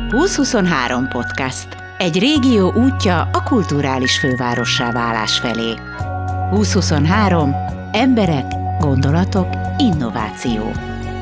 2023 podcast. Egy régió útja a kulturális fővárossá válás felé. 2023. Emberek, gondolatok, innováció.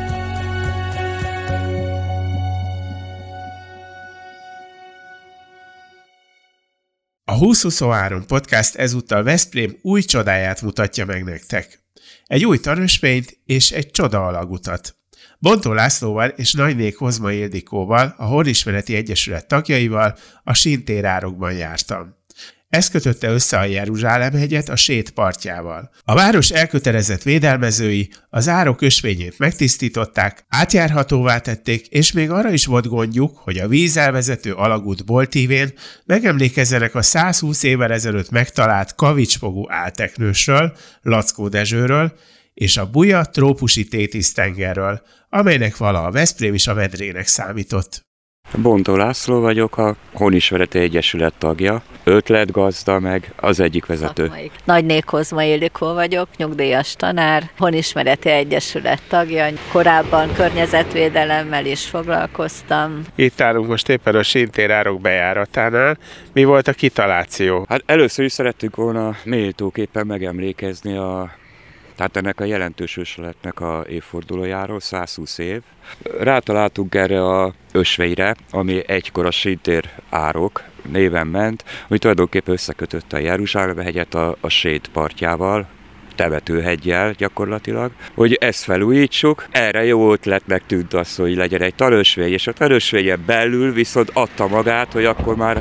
A 2023 podcast ezúttal Veszprém új csodáját mutatja meg nektek. Egy új tanösvényt és egy csoda alagutat. Bontó Lászlóval és Nagyné Kozma Ildikóval, a Honismereti Egyesület tagjaival a Sintérárokban jártam. Ez kötötte össze a Jeruzsálem-hegyet a Sét partjával. A város elkötelezett védelmezői az Árok ösvényét megtisztították, átjárhatóvá tették, és még arra is volt gondjuk, hogy a vízelvezető alagút boltívén megemlékezzenek a 120 évvel ezelőtt megtalált kavicsfogú álteknősről, Lackó Dezsőről, és a buja trópusi tétisztengerről, amelynek vala a Veszprém is a medrének számított. Bontó László vagyok, a Honismereti Egyesület tagja, ötletgazda meg az egyik vezető. Szakmai. Nagyné Kozma Ildikó vagyok, nyugdíjas tanár, Honismereti Egyesület tagja. Korábban környezetvédelemmel is foglalkoztam. Itt állunk most éppen a Sintérárok bejáratánál. Mi volt a kitaláció? Hát először is szerettük volna méltóképpen megemlékezni tehát ennek a jelentős ősletnek a évfordulójáról, 120 év. Rátaláltunk erre a ösvényre, ami egykor a Sintérárok néven ment, ami tulajdonképpen összekötötte a Jeruzsálem-hegyet a Sét partjával, temetőheggyel gyakorlatilag, hogy ezt felújítsuk. Erre jó ötletnek tűnt az, hogy legyen egy tanösvény, és a tanösvényen belül viszont adta magát, hogy akkor már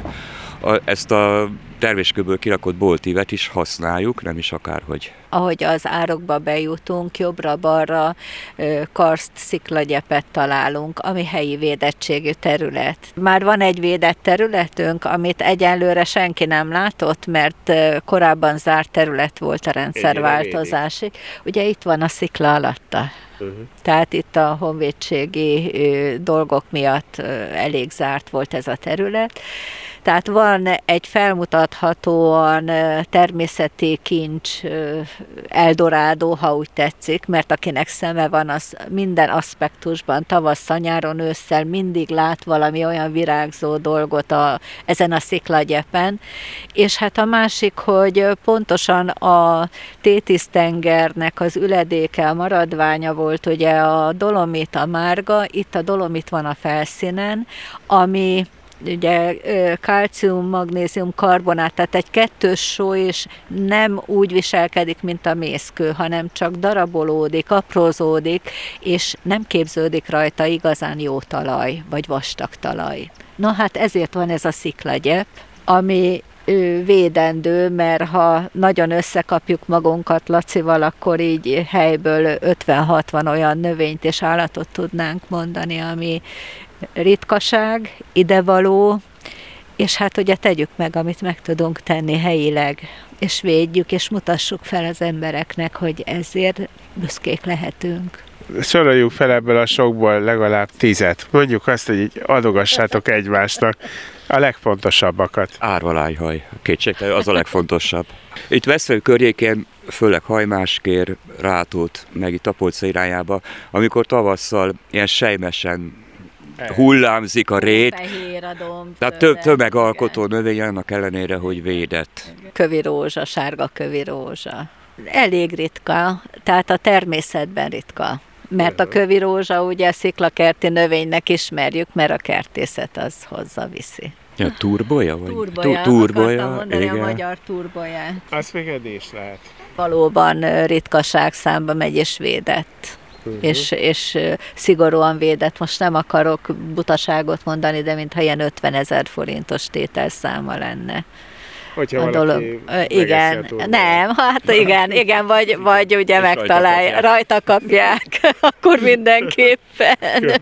ezt a termésköből kirakott boltívet is használjuk, nem is akárhogy. Ahogy az árokba bejutunk, jobbra-balra karszt sziklagyepet találunk, ami helyi védettségű terület. Már van egy védett területünk, amit egyenlőre senki nem látott, mert korábban zárt terület volt a rendszerváltozásig. Ugye itt van a szikla alatta. Tehát itt a honvédségi dolgok miatt elég zárt volt ez a terület. Tehát van egy felmutathatóan természeti kincs eldorádó, ha úgy tetszik, mert akinek szeme van, az minden aspektusban, tavasszal, nyáron, ősszel mindig lát valami olyan virágzó dolgot ezen a sziklagyepen. És hát a másik, hogy pontosan a Tétisztengernek az üledéke, a maradványa volt ugye a dolomit, a márga, itt a dolomit van a felszínen, ami ugye kalcium, magnézium, karbonát, tehát egy kettős só, és nem úgy viselkedik, mint a mészkő, hanem csak darabolódik, aprózódik, és nem képződik rajta igazán jó talaj, vagy vastag talaj. Na hát ezért van ez a sziklagyep, ami védendő, mert ha nagyon összekapjuk magunkat Lacival, akkor így helyből 50-60 olyan növényt és állatot tudnánk mondani, ami ritkaság, idevaló, és hát ugye tegyük meg, amit meg tudunk tenni helyileg, és védjük, és mutassuk fel az embereknek, hogy ezért büszkék lehetünk. Soroljuk fel ebből a sokból legalább 10. Mondjuk azt, hogy így adogassátok egymásnak a legfontosabbakat. Árvalájhaj, kétségtelen, az a legfontosabb. Itt Veszprém környékén, főleg Hajmáskér, Rátót, meg itt Tapolca irányába, amikor tavasszal ilyen sejmesen hullámzik a rét, tehát tömegalkotó növény annak ellenére, hogy védett. Kövi rózsa, sárga kövi rózsa. Elég ritka, tehát a természetben ritka. Mert a kövi rózsa ugye sziklakerti növénynek ismerjük, mert a kertészet az hozzaviszi. Ja, turbolya? Turbolya, akartam mondani, igen. A magyar turbolyát. Azt még eddig is lehet. Valóban ritkaság számba megy és védett. És szigorúan védett. Most nem akarok butaságot mondani, de mintha ilyen 50 000 forintos tételszáma lenne. Hogyha a dolog. Igen, nem, hát igen, vagy ugye megtalálja, rajta kapják, akkor mindenképpen.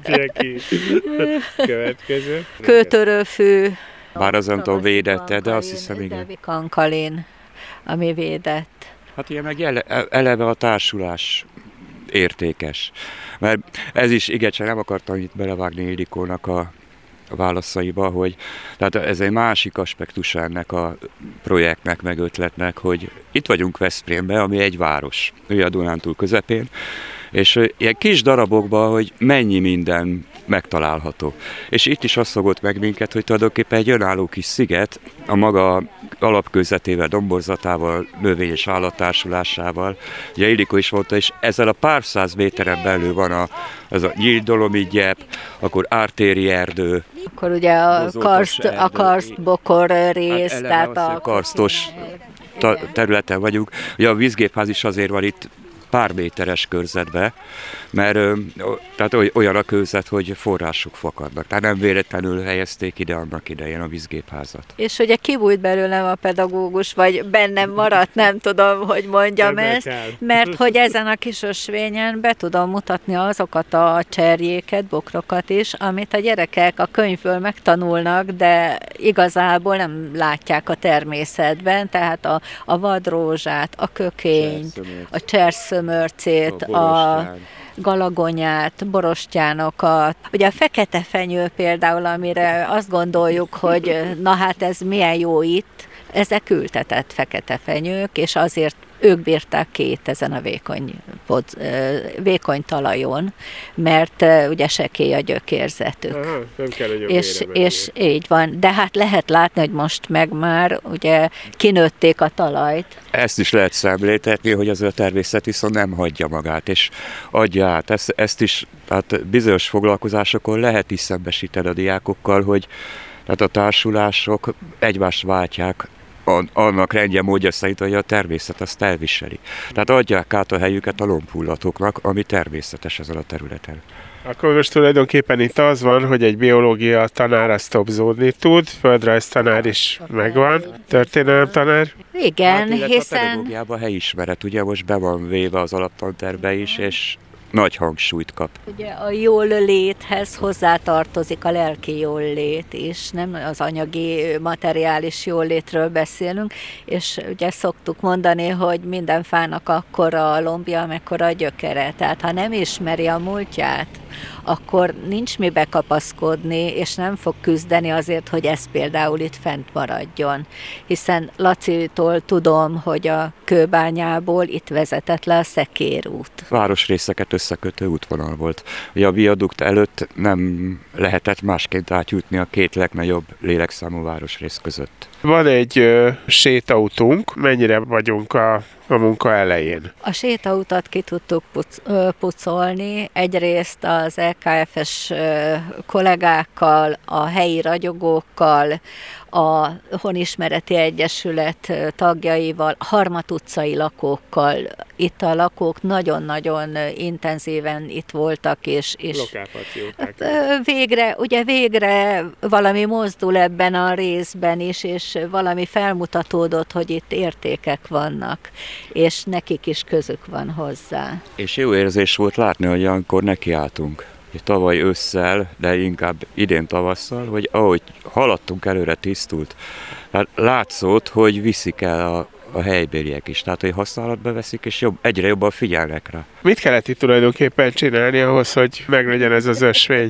Következő. Kőtörőfű. Bár az nem tudom védette, de azt hiszem igen. Kankalin, ami védett. Hát ilyen meg eleve a társulás értékes. Mert ez is, igen, csak nem akartam itt belevágni Ildikónak a válaszaiba, hogy tehát ez egy másik aspektus ennek a projektnek, meg ötletnek, hogy itt vagyunk Veszprémben, ami egy város, ő a Dunántúl közepén, és ilyen kis darabokban, hogy mennyi minden megtalálható. És itt is azt fogott meg minket, hogy tulajdonképpen egy önálló kis sziget a maga alapkőzetével, domborzatával, növény- és állattársulásával. Ugye Ildikó is mondta, és ezzel a pár száz méteren belül van ez a nyílt dolomit gyep, akkor ártéri erdő. Akkor ugye a karstbokor rész, tehát a karstos területen vagyunk. Ugye a vízgépház is azért van itt pár méteres körzetbe, mert tehát olyan a körzet, hogy források fakadnak. Tehát nem véletlenül helyezték ide annak idején a vízgépházat. És ugye kibújt belőlem a pedagógus, vagy bennem maradt, nem tudom, hogy mondjam ezt, mert hogy ezen a kis ösvényen be tudom mutatni azokat a cserjéket, bokrokat is, amit a gyerekek a könyvből megtanulnak, de igazából nem látják a természetben, tehát a vadrózsát, a kökényt, a cserszömörcét, a galagonyát, borostyánokat. Ugye a fekete fenyő például, amire azt gondoljuk, hogy na hát ez milyen jó itt, ezek ültetett fekete fenyők, és azért ők bírták ki itt ezen a vékony talajon, mert ugye sekély a gyökérzetük. Aha, nem kell, hogy és így van. De hát lehet látni, hogy most meg már ugye kinőtték a talajt. Ezt is lehet szemléltetni, hogy az a természet viszont nem hagyja magát, és adja át. Ezt is, tehát bizonyos foglalkozásokon lehet is szembesíteni a diákokkal, hogy tehát a társulások egymást váltják, annak rendje módja szerint, hogy a természet azt elviseli. Tehát adják át a helyüket a lombhullatoknak, ami természetes ezen a területen. Akkor most tulajdonképpen itt az van, hogy egy biológia tanár azt topzódni tud, földrajz tanár is megvan, történelem tanár. Igen, hát, hiszen... a pedagógiában helyismeret, ugye most be van véve az alaptantervbe is, és nagy hangsúlyt kap. Ugye a jól léthez hozzátartozik a lelki jól lét is, nem az anyagi, materiális jól létről beszélünk, és ugye szoktuk mondani, hogy minden fának akkora a lombja, amekkora a gyökere. Tehát ha nem ismeri a múltját, akkor nincs mibe kapaszkodni, és nem fog küzdeni azért, hogy ez például itt fent maradjon. Hiszen Lacitól tudom, hogy a Kőbányából itt vezetett le a Szekérút. Városrészeket összekötő útvonal volt. Ugye a viadukt előtt nem lehetett másként átjutni a két legnagyobb lélekszámú városrész között. Van egy sétautunk, mennyire vagyunk a munka elején? A sétautat ki tudtuk pucolni, egyrészt az LKF-es kollégákkal, a helyi ragyogókkal, a Honismereti Egyesület tagjaival, Harmat utcai lakókkal. Itt a lakók nagyon-nagyon intenzíven itt voltak, és végre valami mozdul ebben a részben is, és valami felmutatódott, hogy itt értékek vannak, és nekik is közük van hozzá. És jó érzés volt látni, hogy olyankor nekiálltunk. Tavaly ősszel, de inkább idén tavasszal, hogy ahogy haladtunk előre, tisztult. Hát látszott, hogy viszik el a helybéliek is, tehát hogy használatba veszik, és egyre jobban figyelnek rá. Mit kellett itt tulajdonképpen csinálni ahhoz, hogy meglegyen ez az ösvény?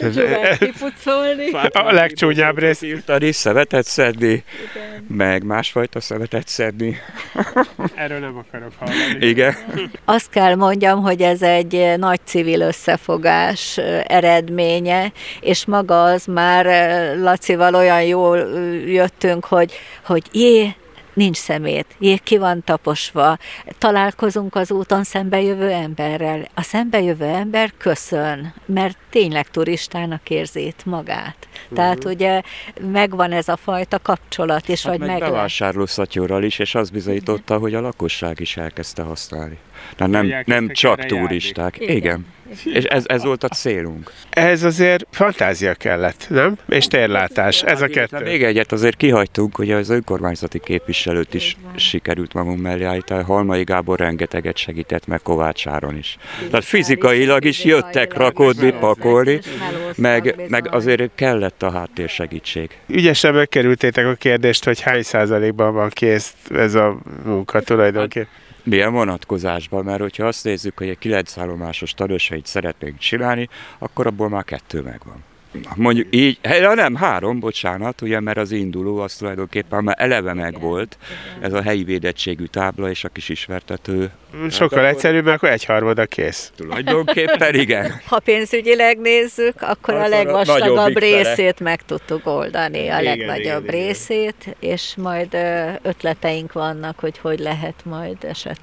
A legcsúnyább rész. Írtani, szemetet szedni, meg másfajta szemetet szedni. Erről nem akarok hallani. Igen. Azt kell mondjam, hogy ez egy nagy civil összefogás eredménye, és maga az már Lacival olyan jól jöttünk, hogy nincs szemét, ki van taposva, találkozunk az úton szembejövő emberrel. A szembejövő ember köszön, mert tényleg turistának érzi itt magát. Tehát ugye megvan ez a fajta kapcsolat is, hát vagy meg bevásárló szatyorral is, és az bizonyította, hogy a lakosság is elkezdte használni. Tehát nem csak turisták. Igen. És ez volt a célunk. Ez azért fantázia kellett, nem? És térlátás, ez a kettő. Még egyet azért kihagytunk, hogy az önkormányzati képviselőt is sikerült magunk mellé állítani. Halmai Gábor rengeteget segített, meg Kovács Áron is. Tehát fizikailag is jöttek rakodni, pakolni, meg azért kellett a háttérsegítség. Ügyesen megkerültétek a kérdést, hogy hány százalékban van kész ez a munka tulajdonképpen? Milyen vonatkozásban, mert hogyha azt nézzük, hogy egy 9 állomásos tanösvényt szeretnénk csinálni, akkor abból már 2 megvan. mondjuk így, nem 3, bocsánat, ugye, mert az induló az tulajdonképpen már eleve megvolt, ez a helyi védettségű tábla és a kis ismertető. Sokkal egyszerűbb, mert akkor 1/3 kész. Tulajdonképpen igen. Ha pénzügyileg nézzük, akkor a legvastagabb részét meg tudtuk oldani, a legnagyobb részét, és majd ötleteink vannak, hogy lehet majd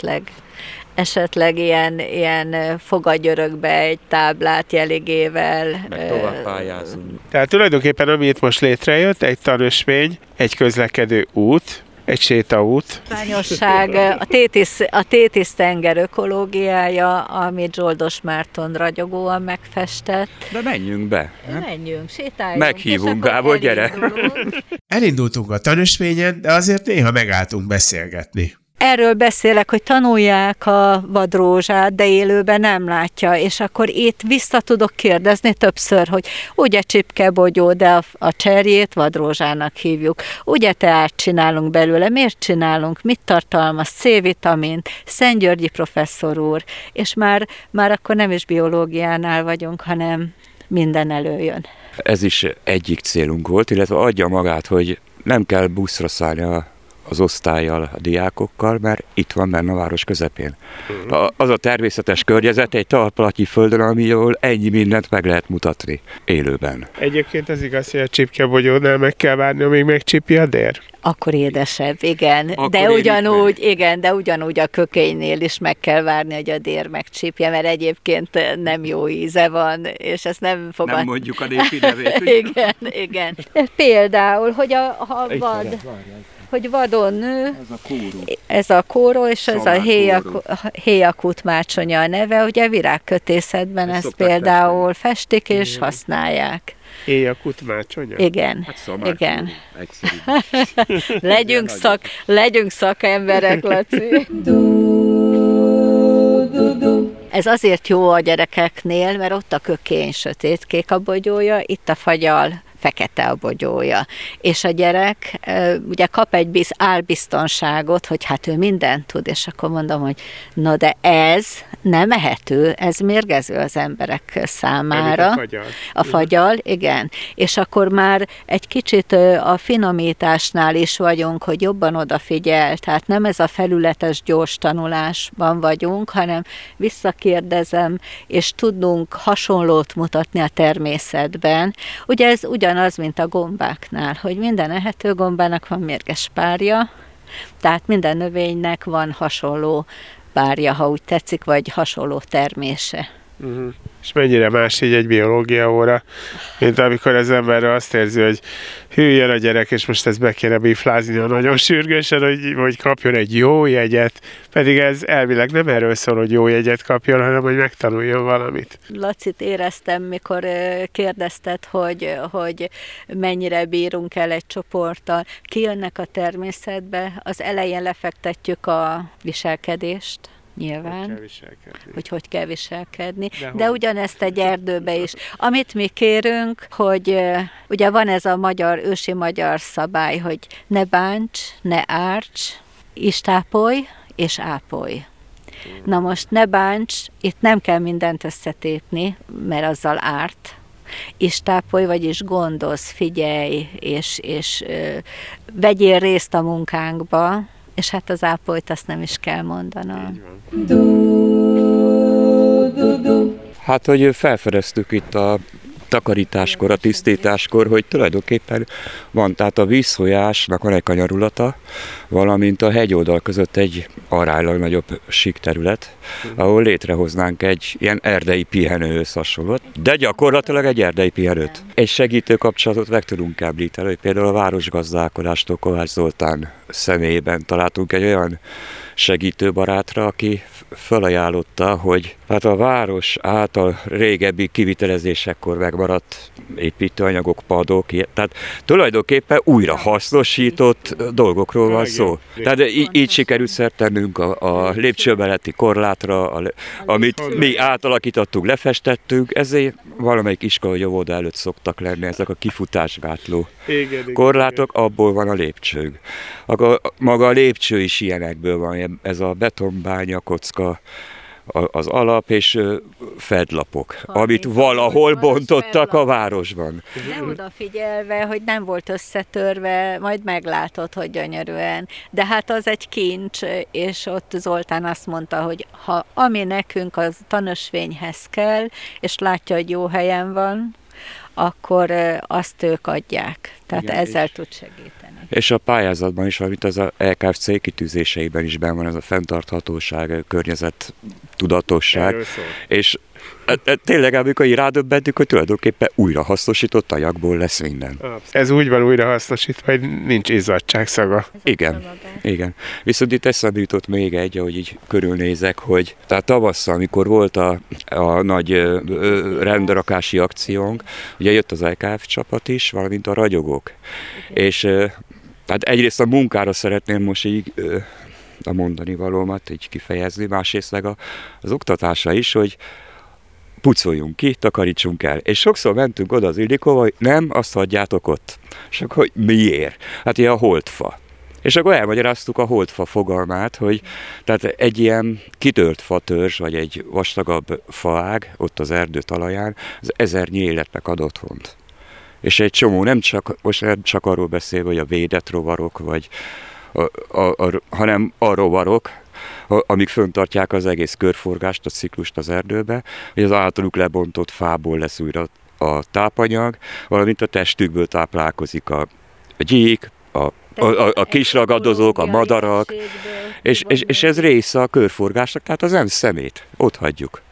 esetleg ilyen fogadj örökbe egy táblát jeligével. Meg tovább pályázunk. Tehát tulajdonképpen ami itt most létrejött, egy tanösvény, egy közlekedő út, egy sétaút. Látványosság, a Tétis-tenger ökológiája, amit Zsoldos Márton ragyogóan megfestett. De menjünk be. Menjünk, sétáljunk. Meghívunk, Gábor, gyere. Elindultunk a tanösvényen, de azért néha megálltunk beszélgetni. Erről beszélek, hogy tanulják a vadrózsát, de élőben nem látja, és akkor itt vissza tudok kérdezni többször, hogy ugye csipkebogyó, de a cserjét vadrózsának hívjuk. Ugye teát csinálunk belőle, miért csinálunk, mit tartalmaz, C-vitamint, Szentgyörgyi professzor úr, és már akkor nem is biológiánál vagyunk, hanem minden előjön. Ez is egyik célunk volt, illetve adja magát, hogy nem kell buszra szállni az osztállyal, a diákokkal, mert itt van benne a város közepén. Az a természetes környezet egy talpalati földön, amiről ennyi mindent meg lehet mutatni élőben. Egyébként az igaz, hogy a csipkebogyónál meg kell várni, amíg megcsipi a dér? Akkor édesebb, igen. Akkor de ugyanúgy a kökénynél is meg kell várni, hogy a dér megcsípje, mert egyébként nem jó íze van, és ezt nem fogad. Nem mondjuk a népi nevét. igen. Például, hogy hogy vadon nő, ez a kóró, és ez a héjakút mácsonya a neve, ugye virágkötészetben ezt például festik és használják. Héjakút mácsonya? Igen. Hát igen. Legyünk szakemberek, Laci. Ez azért jó a gyerekeknél, mert ott a kökény sötétkék a bogyója, itt a fagyal fekete a bogyója. És a gyerek ugye kap egy álbiztonságot, hogy hát ő mindent tud, és akkor mondom, hogy na de ez nem ehető, ez mérgező az emberek számára. A fagyal, igen. És akkor már egy kicsit a finomításnál is vagyunk, hogy jobban odafigyel, tehát nem ez a felületes gyors tanulásban vagyunk, hanem visszakérdezem, és tudunk hasonlót mutatni a természetben. Ugye ez ugyanaz, mint a gombáknál, hogy minden ehető gombának van mérges párja, tehát minden növénynek van hasonló párja, ha úgy tetszik, vagy hasonló termése. És mennyire más így egy biológia óra, mint amikor az emberre azt érzi, hogy jön a gyerek, és most ezt be kéne bifláznia nagyon sürgősen, hogy kapjon egy jó jegyet, pedig ez elvileg nem erről szól, hogy jó jegyet kapjon, hanem hogy megtanuljon valamit. Lacit éreztem, mikor kérdezted, hogy mennyire bírunk el egy csoporttal. Kijönnek a természetbe, az elején lefektetjük a viselkedést, nyilván, hogy kell viselkedni, de ugyanezt egy erdőbe is. Amit mi kérünk, hogy ugye van ez a ősi magyar szabály, hogy ne bánts, ne árts, istápolj és ápolj. Na most ne bánts, itt nem kell mindent összetépni, mert azzal árt. Istápolj, vagyis gondozz, figyelj, és vegyél részt a munkánkba, és hát az ápolyt azt nem is kell mondanom. Hát, hogy felfedeztük itt a takarításkor, a tisztításkor, hogy tulajdonképpen van, tehát a vízfolyásnak van egy kanyarulata, valamint a hegyoldal között egy aránylag nagyobb sík terület, ahol létrehoznánk egy ilyen erdei pihenőhöz hasonlót, de gyakorlatilag egy erdei pihenőt. Egy segítő kapcsolatot meg tudunk említeni, hogy például a városgazdálkodástól Kovács Zoltán személyében találtunk egy olyan segítőbarátra, aki felajánlotta, hogy hát a város által régebbi kivitelezésekkor megmaradt építőanyagok, padok, tehát tulajdonképpen újra hasznosított dolgokról van szó. Tehát így sikerült szert tennünk a lépcsőbeletti korlátra, amit mi átalakítottunk, lefestettünk, ezért valamelyik iskola óvoda előtt szoktak lenni ezek a kifutásgátló korlátok, abból van a lépcsőnk. Maga a lépcső is ilyenekből van, ez a betonbánya kocka az alap és fedlapok, amit valahol bontottak a városban. Nem odafigyelve, hogy nem volt összetörve, majd meglátod, hogy gyönyörűen. De hát az egy kincs, és ott Zoltán azt mondta, hogy ha ami nekünk az tanösvényhez kell, és látja, hogy jó helyen van, akkor azt ők adják. Tehát igen, ezzel tud segíteni. És a pályázatban is, amit az a LKF célkitűzéseiben is benn van, ez a fenntarthatóság, környezet, tudatosság. És tényleg, amikor így rádöbbentünk, hogy tulajdonképpen újrahasznosított anyagból lesz minden. Ez úgy van újrahasznosítva, hogy nincs izzadságszaga. Igen. Viszont itt eszembe jutott még egy, ahogy így körülnézek, hogy tehát tavasszal, amikor volt a nagy rendrakási akciónk, ugye jött az LKF csapat is, valamint a ragyogók. És tehát egyrészt a munkára szeretném most így a mondani valómat így kifejezni, másrészt meg az oktatásra is, hogy pucoljunk ki, takarítsunk el. És sokszor mentünk oda az Ildikóba, hogy nem, azt hagyjátok ott. És akkor, hogy miért? Hát ilyen a holdfa. És akkor elmagyaráztuk a holdfa fogalmát, hogy tehát egy ilyen kitört fatörzs, vagy egy vastagabb faág ott az erdő talaján, az 1000 életnek ad otthont. És egy csomó, most nem csak arról beszél, hogy a védett rovarok, vagy hanem a rovarok, amik föntartják az egész körforgást, a ciklust az erdőbe, hogy az általuk lebontott fából lesz újra a tápanyag, valamint a testükből táplálkozik a gyík, a kisragadozók, a madarak, és ez része a körforgásnak, tehát az nem szemét, ott hagyjuk.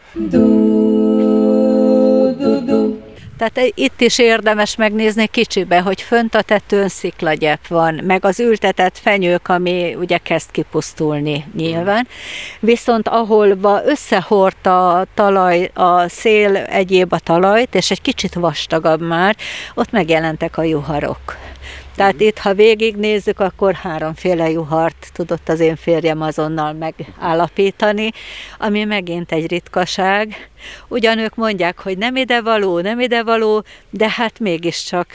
Tehát itt is érdemes megnézni kicsibe, hogy fönt a tetőn sziklagyep van, meg az ültetett fenyők, ami ugye kezd kipusztulni nyilván. Viszont ahol összehordta a talaj, a szél egyéb a talajt, és egy kicsit vastagabb már, ott megjelentek a juharok. Tehát itt, ha végignézzük, akkor 3 juhart tudott az én férjem azonnal megállapítani, ami megint egy ritkaság. Ugyan ők mondják, hogy nem idevaló, de hát mégiscsak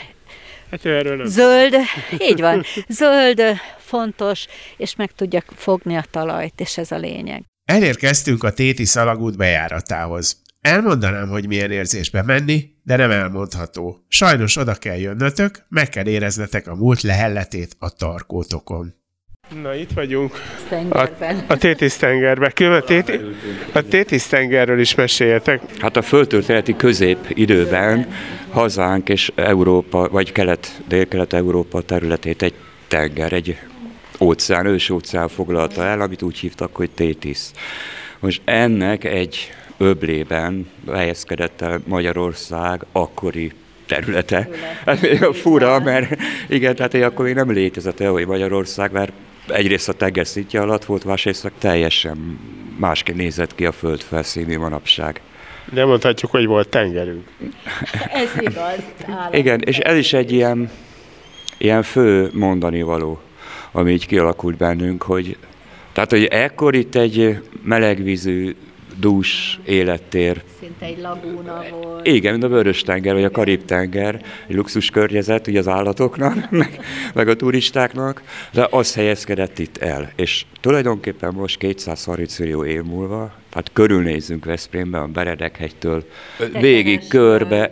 zöld, így van, zöld, fontos, és meg tudja fogni a talajt, és ez a lényeg. Elérkeztünk a Téti alagút bejáratához. Elmondanám, hogy milyen érzésbe menni, de nem elmondható. Sajnos oda kell jönnötök, meg kell éreznetek a múlt lehelletét a tarkótokon. Na, itt vagyunk a Tétis-tengerben. A Tétis-tengerről is meséljetek. Hát a földtörténeti középidőben hazánk és Európa, vagy Dél-Kelet-Európa területét egy tenger, egy óceán, ősóceán foglalta el, amit úgy hívtak, hogy Tétis. Most ennek egy öblében helyezkedett el Magyarország akkori területe. Fura, mert igen, tehát akkor még nem létezett el, hogy Magyarország, mert egyrészt a tenger szintje alatt volt, másrészt teljesen másként nézett ki a földfelszínű manapság. De mondhatjuk, hogy volt tengerünk. Ez igaz. Igen, és ez is egy ilyen fő mondani való, ami így kialakult bennünk, hogy ekkor itt egy melegvízű, dús élettér. Szinte egy lagúna volt. Igen, mint a Vörös-tenger, vagy a Karib-tenger, egy luxus környezet, ugye az állatoknak, meg a turistáknak, de az helyezkedett itt el. És tulajdonképpen most 230 millió év múlva, tehát körülnézzünk Veszprémben, a Beredekhegytől végig körbe,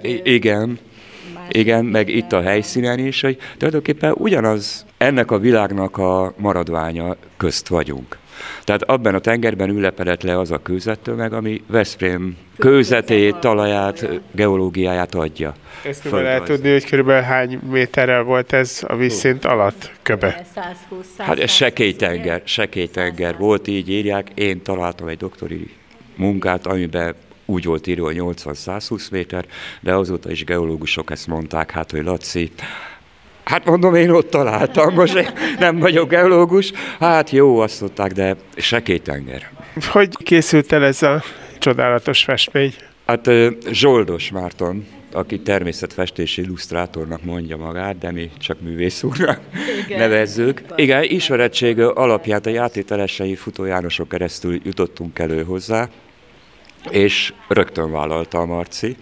igen, meg itt a helyszínen is, hogy tulajdonképpen ugyanaz ennek a világnak a maradványa közt vagyunk. Tehát abban a tengerben ülepedett le az a kőzettömeg, ami Veszprém kőzetét, talaját, geológiáját adja. Ezt kell lehet tudni, hogy körülbelül hány méterrel volt ez a vízszint alatt köbe? 120. Hát ez sekélytenger volt, így írják. Én találtam egy doktori munkát, amiben úgy volt írva, hogy 80-120 méter, de azóta is geológusok ezt mondták, hát, hogy Laci, hát mondom, én ott találtam, most nem vagyok geológus, hát jó, azt mondták, de sekélytenger. Hogy készült el ez a csodálatos festmény? Hát Zsoldos Márton, aki természetfestési illusztrátornak mondja magát, de mi csak művész úrnak nevezzük. Igen, ismerettség alapján a játételesei Futó Jánoson keresztül jutottunk elő hozzá, és rögtön vállalta a Marci.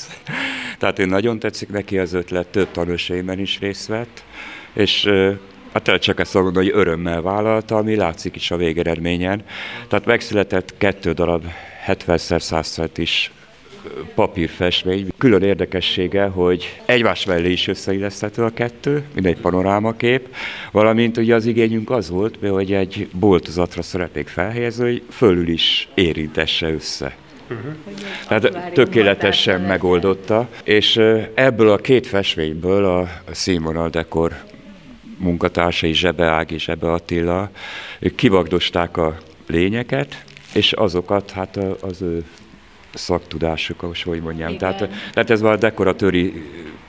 Tehát ő nagyon tetszik neki az ötlet, több tanúsvényben is részt vett, és Hát el csak ezt mondani, hogy örömmel vállalta, ami látszik is a végeredményen. Tehát megszületett 2 darab 70x100 centis papírfestmény. Külön érdekessége, hogy egymás mellé is összeilleszthető a 2, mint egy panorámakép, valamint ugye az igényünk az volt, hogy egy boltozatra szeretnék felhelyezni, hogy fölül is érintesse össze. Tehát tökéletesen megoldotta, és ebből a 2 festményből a színvonal dekor munkatársai, Zsebe Ági, Zsebe Attila, ők kivagdosták a lényeket, és azokat hát az ő szaktudásuk, hogy mondjam. Tehát ez már a dekoratőri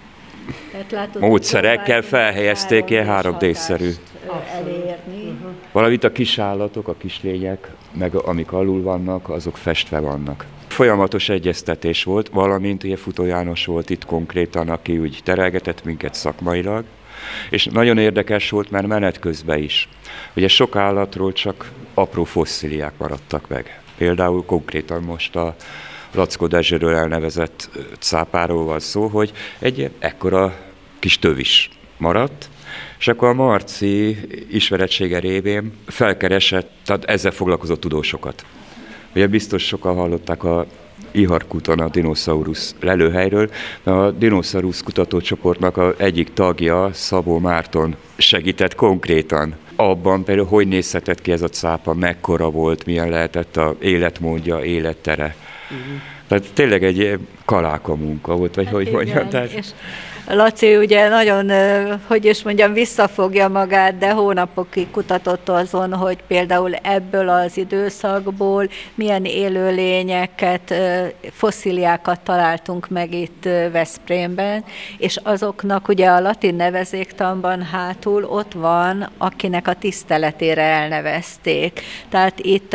módszerekkel felhelyezték ilyen 3D-szerű. Valamint a kis állatok, a kis lények, meg amik alul vannak, azok festve vannak. Folyamatos egyeztetés volt, valamint ugye Futó János volt itt konkrétan, aki úgy terelgetett minket szakmailag, és nagyon érdekes volt, mert menet közben is. Ugye sok állatról csak apró fosszíliák maradtak meg. Például konkrétan most a Lackó Dezsőről elnevezett cápáról van szó, hogy egy ekkora kis tövis maradt, és akkor a Marci ismeretsége révén felkeresett, tehát ezzel foglalkozott tudósokat. Ugye biztos sokan hallották a Iharkúton a dinoszaurusz lelőhelyről, a dinoszaurusz kutatócsoportnak az egyik tagja, Szabó Márton segített konkrétan abban például, hogy nézhetett ki ez a cápa, mekkora volt, milyen lehetett az életmódja, élettere. Tehát tényleg egy kaláka munka volt, vagy hogy mondjam. Tehát... Laci ugye nagyon, hogy is mondjam, visszafogja magát, de hónapokig kutatott azon, hogy például ebből az időszakból milyen élőlényeket, fosszíliákat találtunk meg itt Veszprémben, és azoknak ugye a latin nevezéktanban hátul ott van, akinek a tiszteletére elnevezték. Tehát itt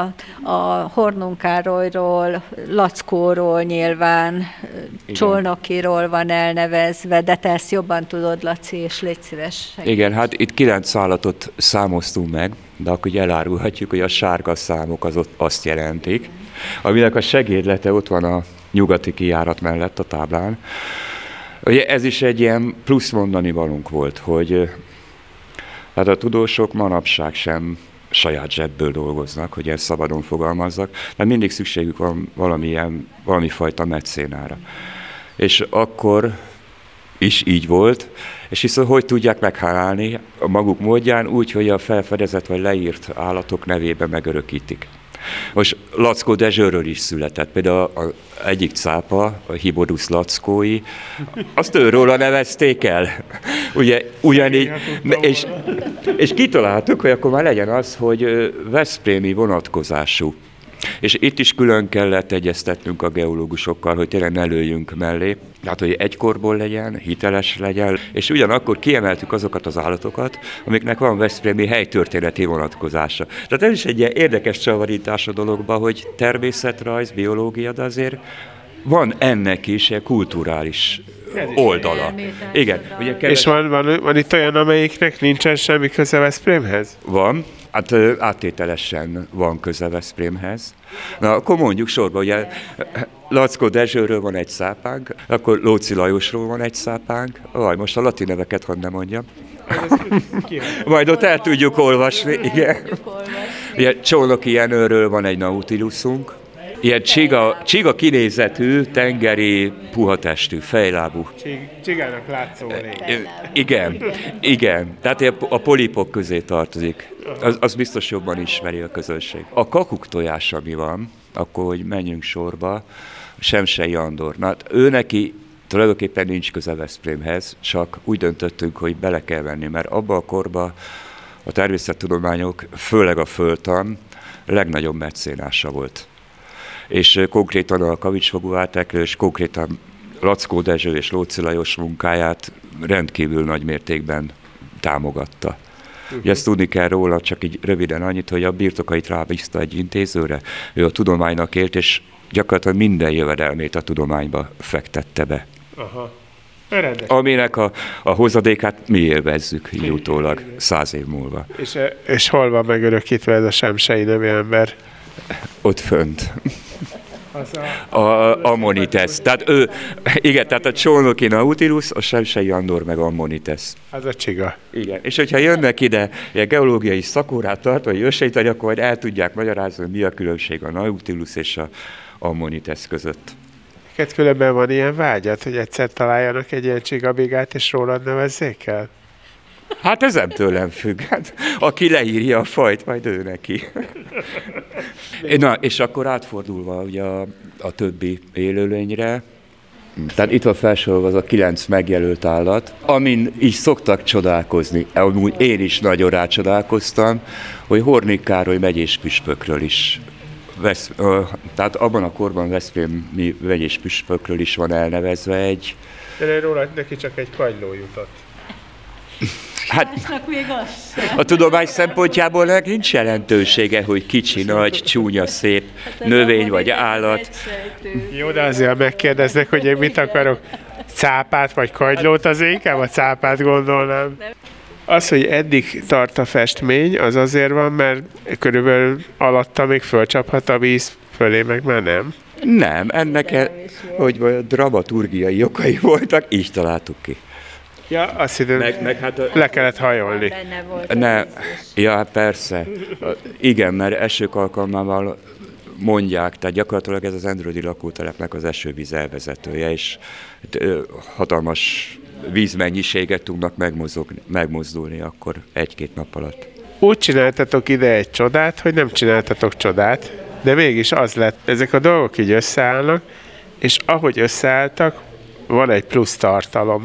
a Hornung Károlyról, Lackóról nyilván, igen. Csolnokiról van elnevezve, de te ezt jobban tudod, Laci, és légy szíves. Igen, hát itt 9 állatot számoztunk meg, de akkor ugye elárulhatjuk, hogy a sárga számok azt jelentik, aminek a segédlete ott van a nyugati kijárat mellett a táblán. Ugye ez is egy ilyen plusz mondani valunk volt, hogy hát a tudósok manapság sem saját zsebből dolgoznak, hogy ezt szabadon fogalmazzak, mert mindig szükségük van valami fajta mecénára. És akkor is így volt, és viszont hogy tudják meghálálni a maguk módján úgy, hogy a felfedezett vagy leírt állatok nevében megörökítik. Most Lackó Dezsőről is született, például az egyik cápa, a Hibodus lackói, azt őróla nevezték el. Ugye, ugyanígy, és kitaláltuk, hogy akkor már legyen az, hogy veszprémi vonatkozású. És itt is külön kellett egyeztetnünk a geológusokkal, hogy tényleg ne lőjünk mellé. Tehát, hogy egy korból legyen, hiteles legyen, és ugyanakkor kiemeltük azokat az állatokat, amiknek van veszprémi helytörténeti vonatkozása. Tehát ez is egy ilyen érdekes csavarítás a dologban, hogy természetrajz, biológia, de azért van ennek is egy kulturális oldala. Igen. Ugye és van itt olyan, amelyiknek nincsen semmi köze Veszprémhez? Van. Hát áttételesen van köze Veszprémhez. Na, akkor mondjuk sorba, ugye Lackó Dezsőről van egy szápánk, akkor Lóczy Lajosról van egy szápánk, most a latin neveket hadd ne mondjam. Majd ott el tudjuk olvasni, igen. Ilyen Csolnoki Jenőről van egy Nautilusunk, ilyen csiga kinézetű, tengeri, puhatestű, fejlábú. Csigának látszó Igen. Tehát a polipok közé tartozik. Az biztos jobban ismeri a közönség. A kakuk tojás, ami van, akkor, hogy menjünk sorba, Semsei Andor. Na, hát ő neki tulajdonképpen nincs köze Veszprémhez, csak úgy döntöttünk, hogy bele kell venni, mert abban a korban a természettudományok, főleg a földtan legnagyobb mecénása volt. És konkrétan a kavicsfogú áteklő, és konkrétan Lackó Dezső és Lóczy Lajos munkáját rendkívül nagy mértékben támogatta. Ugye ezt tudni kell róla, csak így röviden annyit, hogy a birtokait rábízta egy intézőre, ő a tudománynak élt, és gyakorlatilag minden jövedelmét a tudományba fektette be. Aha. Aminek a hozadékát mi élvezzük így utólag 100 év múlva. És hol van megörökítve ez a Semsei nevű ember? Ott fönt. Ammonites. Tehát tehát a Csolnoki Nautilus, a Semsei Andor meg Ammonites. Az a csiga. Igen, és hogyha jönnek ide ilyen geológiai szakórát tartani, ősejteni, akkor majd el tudják magyarázni, hogy mi a különbség a Nautilus és a Ammonites között. Különben van ilyen vágyat, hogy egyszer találjanak egy ilyen csigabigát, és rólad nevezzék el? Hát ez nem tőlem függ. Hát, aki leírja a fajt, majd ő neki. Na, és akkor átfordulva ugye a többi élőlényre, tehát itt van felsorolva az a 9 megjelölt állat, amin is szoktak csodálkozni. Amúgy én is nagyon rácsodálkoztam, hogy Hornig Károly megyés püspökről is tehát abban a korban Veszprémi megyés püspökről is van elnevezve egy... De róla neki csak egy kagyló jutott. Hát, a tudomány szempontjából nincs jelentősége, hogy kicsi, nagy, csúnya, szép növény vagy állat. Jó, de azért megkérdeznek, hogy én mit akarok, cápát vagy kagylót, az inkább a cápát gondolnám. Az, hogy eddig tart a festmény, az azért van, mert körülbelül alatta még fölcsaphat a víz, fölé meg már nem. Nem, ennek hogy dramaturgiai okai voltak, így találtuk ki. Ja, azt hiszem, hát le kellett hajolni. Ja, persze. Igen, mert esők alkalmával mondják, tehát gyakorlatilag ez az Endrődi lakótelepnek az esővíz elvezetője, és hatalmas vízmennyiséget tudnak megmozdulni akkor 1-2 nap alatt. Úgy csináltatok ide egy csodát, hogy nem csináltatok csodát, de mégis az lett, ezek a dolgok így összeállnak, és ahogy összeálltak, van egy plusz tartalom,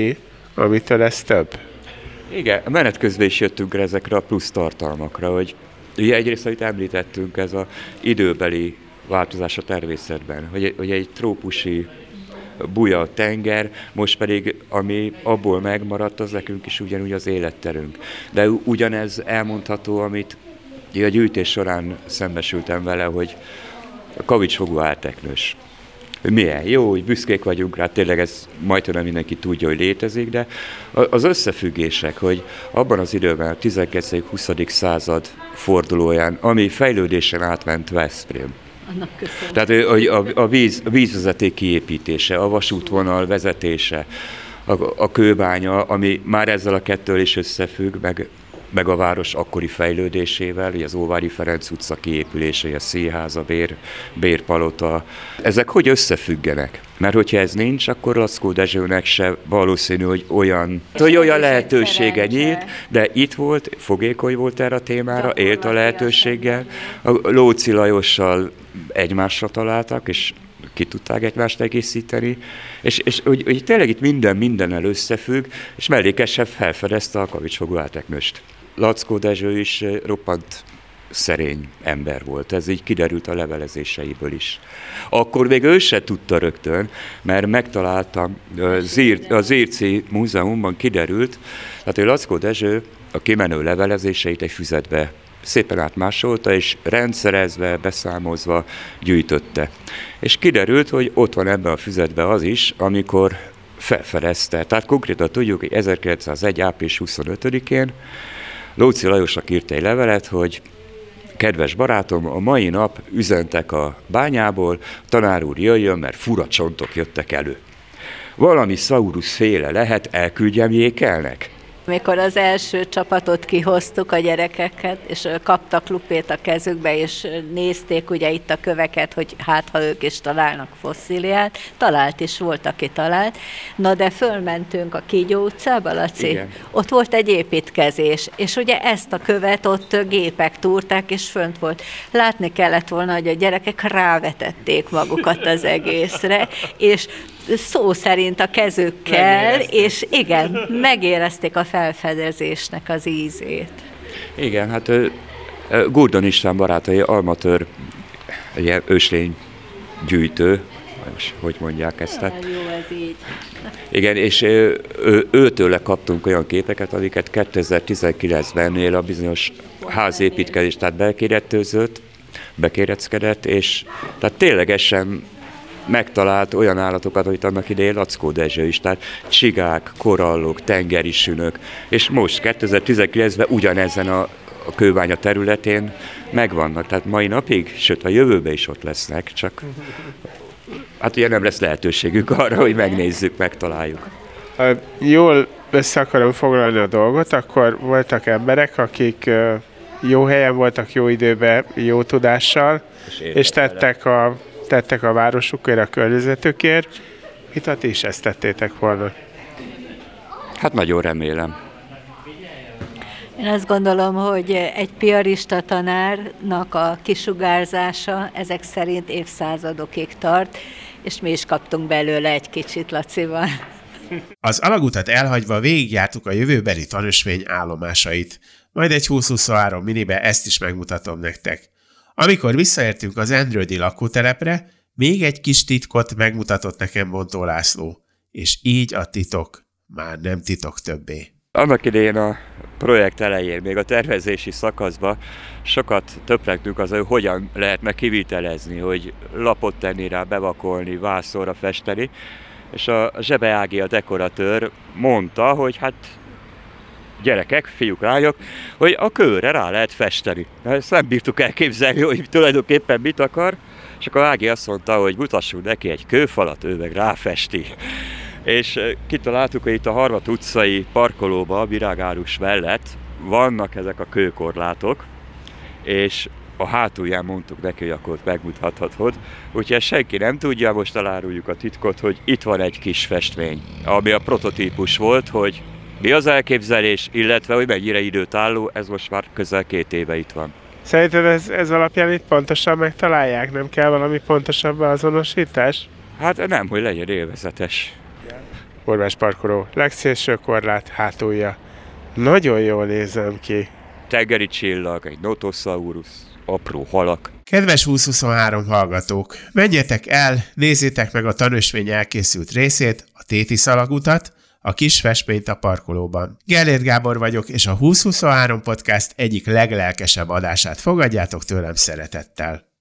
amitől ez több. Igen, a menet közben is jöttünk ezekre a plusz tartalmakra, hogy ugye egyrészt, amit említettünk, ez az időbeli változás a természetben, hogy egy trópusi buja a tenger, most pedig, ami abból megmaradt, az nekünk is ugyanúgy az életterünk. De ugyanez elmondható, amit a gyűjtés során szembesültem vele, hogy a kavicsfogú álteknős. Milyen jó, hogy büszkék vagyunk rá, tényleg ez majdnem mindenki tudja, hogy létezik, de az összefüggések, hogy abban az időben, a 19.-20. század fordulóján, ami fejlődésen átment Veszprém. Tehát a vízvezeték kiépítése, a vasútvonal vezetése, a kőbánya, ami már ezzel a kettől is összefügg, meg a város akkori fejlődésével, ugye az Óvári Ferenc utca kiépülése, a színház, a bérpalota. Ezek hogy összefüggenek? Mert hogyha ez nincs, akkor Laczkó Dezsőnek se valószínű, hogy olyan lehetősége nyílt, de itt volt, fogékony volt erre a témára, élt a lehetőséggel. A Lóczy Lajossal egymásra találtak, és ki tudták egymást egészíteni, és hogy tényleg itt mindennel összefügg, és mellékesen felfedezte a kavicsfogú álteknőst. Laczkó Dezső is roppant szerény ember volt, ez így kiderült a levelezéseiből is. Akkor még ő se tudta rögtön, mert megtaláltam, a Zirci Múzeumban kiderült, tehát hogy Laczkó Dezső a kimenő levelezéseit egy füzetbe szépen átmásolta, és rendszerezve, beszámozva gyűjtötte. És kiderült, hogy ott van ebben a füzetben az is, amikor felfedezte. Tehát konkrétan tudjuk, hogy 1901. április 25-én Lóczy Lajosnak írt egy levelet, hogy kedves barátom, a mai nap üzentek a bányából, tanár úr jöjjön, mert fura csontok jöttek elő. Valami Saurus féle lehet, elküldjem Jékelnek? Amikor az első csapatot kihoztuk a gyerekeket, és kaptak lupét a kezükbe, és nézték ugye itt a köveket, hogy hát ha ők is találnak fosszíliát, talált is, volt, aki talált. Na de fölmentünk a Kígyó utcába, Laci? Igen. Ott volt egy építkezés, és ugye ezt a követ ott gépek túrták, és fönt volt. Látni kellett volna, hogy a gyerekek rávetették magukat az egészre, és szó szerint a kezükkel, és igen, megérezték a felfedezésnek az ízét. Igen, hát Gurdon István barátai amatőr őslény gyűjtő, hogy mondják ezt. Jó, ez így. Igen, és őtőle kaptunk olyan képeket, amiket 2019-ben a bizonyos házépítkezés, tehát bekéreckedett, és tehát ténylegesen megtalált olyan állatokat, amit annak idején Laczkó Dezső is, tehát csigák, korallok, tengeri sünök, és most 2019-ben ugyanezen a kőbánya területén megvannak. Tehát mai napig, sőt a jövőben is ott lesznek, csak hát ugye nem lesz lehetőségük arra, hogy megnézzük, megtaláljuk. Jól össze akarom foglalni a dolgot, akkor voltak emberek, akik jó helyen voltak, jó időben, jó tudással, és tettek a városukért, a környezetükért. Mit ti is ezt tettétek volna? Hát nagyon remélem. Én azt gondolom, hogy egy piarista tanárnak a kisugárzása ezek szerint évszázadokig tart, és mi is kaptunk belőle egy kicsit Lacival. Az alagutat elhagyva végigjártuk a jövőbeli tanösvény állomásait. Majd egy 2023 minibe ezt is megmutatom nektek. Amikor visszaértünk az Endrődi lakótelepre, még egy kis titkot megmutatott nekem Bontó László, és így a titok már nem titok többé. Annak idején a projekt elején, még a tervezési szakaszban sokat töprengtünk az, hogy hogyan lehetne kivitelezni, hogy lapot tenni rá, bevakolni, vászonra festeni, és a Zsebe Ági, a dekoratőr mondta, hogy hát gyerekek, fiúk, lányok, hogy a kőre rá lehet festeni. Ezt nem bírtuk elképzelni, hogy tulajdonképpen mit akar, és akkor Ági azt mondta, hogy mutassunk neki egy kőfalat, ő meg ráfesti. És kitaláltuk, hogy itt a Harmat utcai parkolóban, a virágárus mellett vannak ezek a kőkorlátok, és a hátulján mondtuk neki, hogy akkor megmutathatod. Úgyhogy senki nem tudja, most eláruljuk a titkot, hogy itt van egy kis festmény, ami a prototípus volt, hogy mi az elképzelés, illetve hogy mennyire időtálló, ez most már közel 2 éve itt van. Szerinted ez alapján itt pontosan megtalálják? Nem kell valami pontosabb azonosítás? Hát nem, hogy legyen élvezetes. Orvás parkoló, legszélső korlát, hátulja. Nagyon jól nézem ki. Tengeri csillag, egy Notosaurus, apró halak. Kedves 2023 hallgatók, menjetek el, nézzétek meg a tanösvény elkészült részét, a Téti alagutat, a kis festményt a parkolóban. Gellért Gábor vagyok, és a 2023 podcast egyik leglelkesebb adását fogadjátok tőlem szeretettel.